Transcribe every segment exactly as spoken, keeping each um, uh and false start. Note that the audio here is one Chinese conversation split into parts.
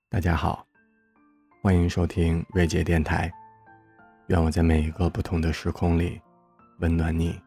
大家好，欢迎收听瑞姐电台，愿我在每一个不同的时空里温暖你。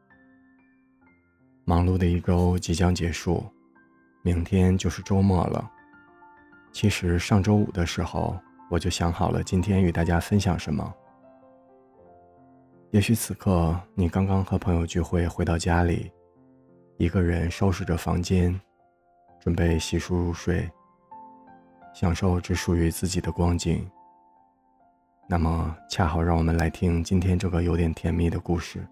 忙碌的一周即将结束，明天就是周末了。其实上周五的时候，我就想好了今天与大家分享什么。也许此刻你刚刚和朋友聚会回到家里，一个人收拾着房间，准备洗漱入睡，享受只属于自己的光景。那么恰好让我们来听今天这个有点甜蜜的故事。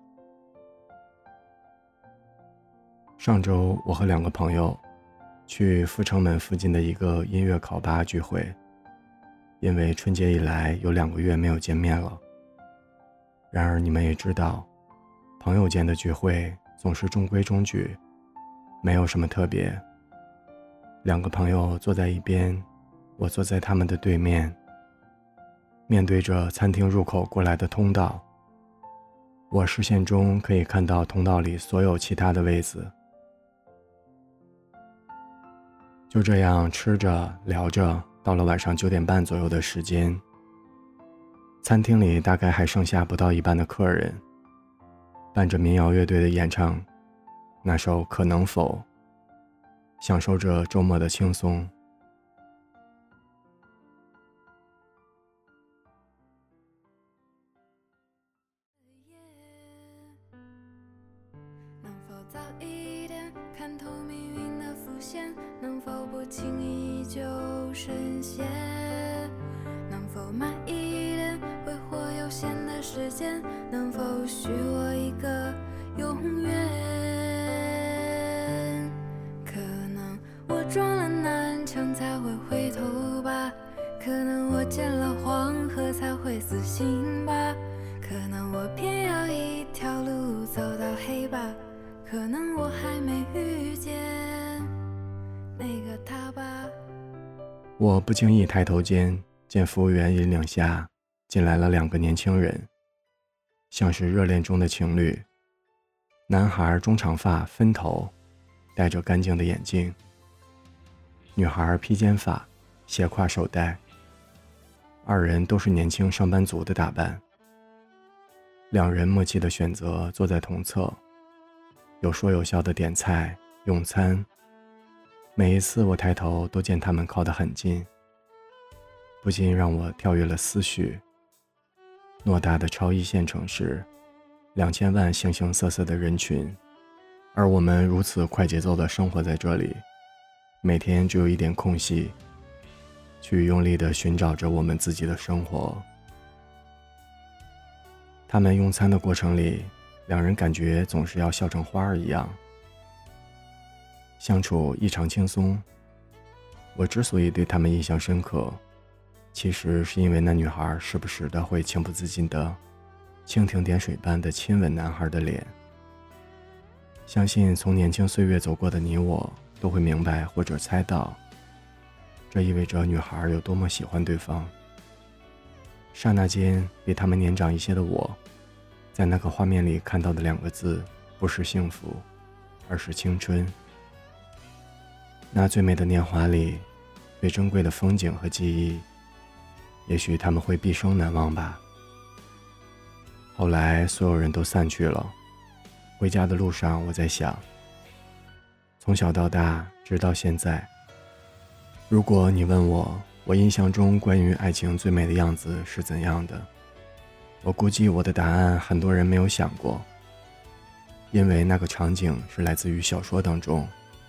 上周我和两个朋友去阜成门附近的一个音乐考吧聚会，因为春节以来有两个月没有见面了。然而你们也知道，朋友间的聚会总是中规中矩，没有什么特别。两个朋友坐在一边，我坐在他们的对面，面对着餐厅入口过来的通道。我视线中可以看到通道里所有其他的位子。就这样吃着聊着，到了晚上九点半左右的时间，餐厅里大概还剩下不到一半的客人，伴着民谣乐队的演唱那首《可能否》，享受着周末的轻松。 能否早一点看透命运的伏线？能否不轻易就深陷？能否慢一点挥霍有限的时间？能否许我一个永远？可能我撞了南墙才会回头吧，可能我见了黄河才会死心吧，可能我偏要一条路走到黑吧，可能我还没遇见那个他吧。 我不经意抬头间，见服务员引领下进来了两个年轻人，像是热恋中的情侣。男孩中长发分头，戴着干净的眼镜，女孩披肩发斜挎手袋，二人都是年轻上班族的打扮。两人默契的选择坐在同侧，有说有笑的点菜用餐。每一次我抬头都见他们靠得很近，不禁让我跳跃了思绪。偌大的超一线城市，两千万形形色色的人群，而我们如此快节奏地生活在这里，每天只有一点空隙，去用力地寻找着我们自己的生活。他们用餐的过程里，两人感觉总是要笑成花儿一样，相处异常轻松。我之所以对他们印象深刻，其实是因为那女孩时不时的会情不自禁的蜻蜓点水般的亲吻男孩的脸。相信从年轻岁月走过的你我都会明白或者猜到，这意味着女孩有多么喜欢对方。刹那间，比他们年长一些的我，在那个画面里看到的两个字，不是幸福，而是青春。那最美的年华里，最珍贵的风景和记忆，也许他们会毕生难忘吧。后来所有人都散去了，回家的路上我在想，从小到大直到现在，如果你问我我印象中关于爱情最美的样子是怎样的，我估计我的答案很多人没有想过，因为那个场景是来自于小说当中。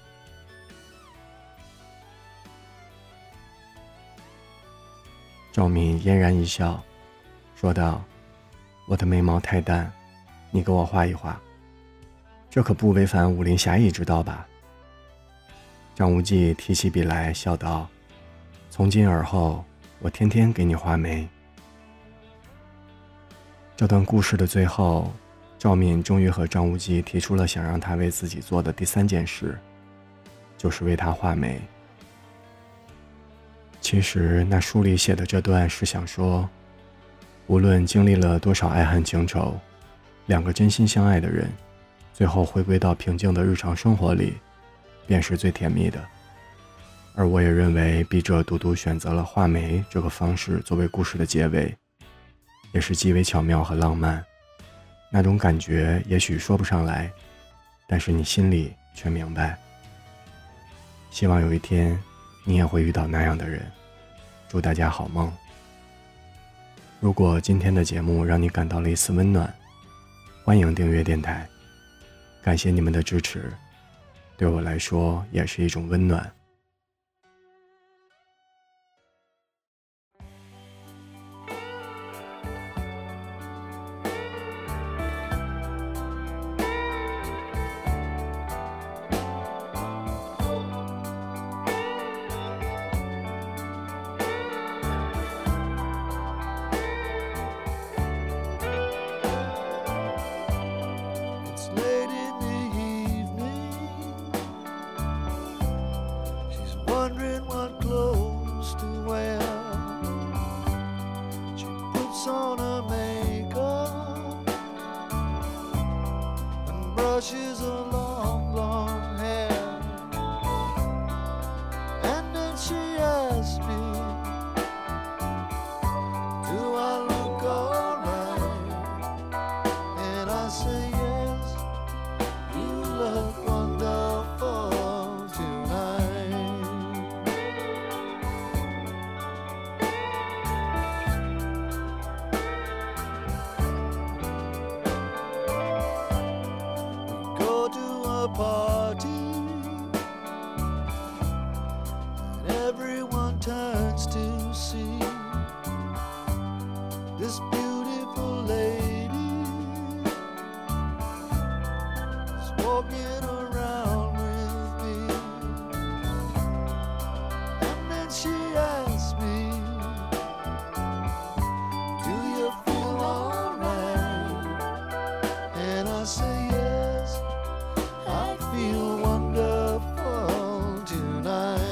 赵敏嫣然一笑，说道：“我的眉毛太淡，你给我画一画，这可不违反武林侠义之道吧？”张无忌提起笔来，笑道：“从今而后，我天天给你画眉。”这段故事的最后，赵敏终于和张无忌提出了想让他为自己做的第三件事，就是为他画眉。其实那书里写的这段是想说，无论经历了多少爱恨情仇，两个真心相爱的人，最后回归到平静的日常生活里，便是最甜蜜的。 而我也认为笔者独独选择了画眉这个方式作为故事的结尾，也是极为巧妙和浪漫。那种感觉也许说不上来，但是你心里却明白。希望有一天你也会遇到那样的人。祝大家好梦。如果今天的节目让你感到了一丝温暖，欢迎订阅电台。感谢你们的支持，对我来说也是一种温暖。 Wondering what clothes to wear. She puts on her makeup and brushes her long blonde hair. And then she asks me, do I look alright? And I say yes, you look wonderful tonight. Go to a party and everyone turns to see this beautiful lady is walking around with me. And then she asks me, do you feel alright? And I say yes, I feel wonderful tonight.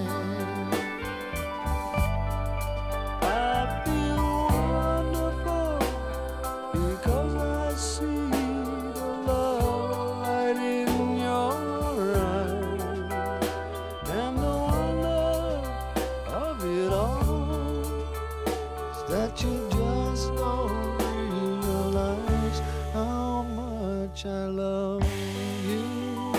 I feel wonderful because I see the love light in your eyes, and the wonder of it all is that you just don't realize how much I love you.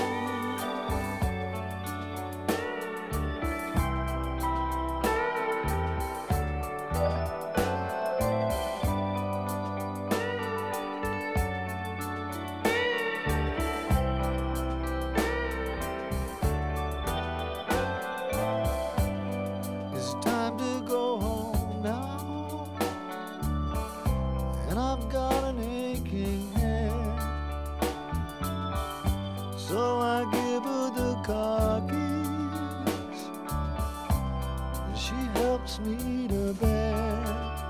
It's time to go home now, and I've got an aching head. So I give her the car keys, and she helps me to bed.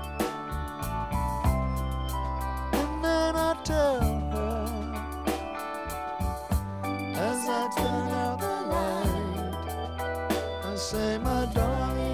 And then I tell her, as I turn out the light, I say, my darling,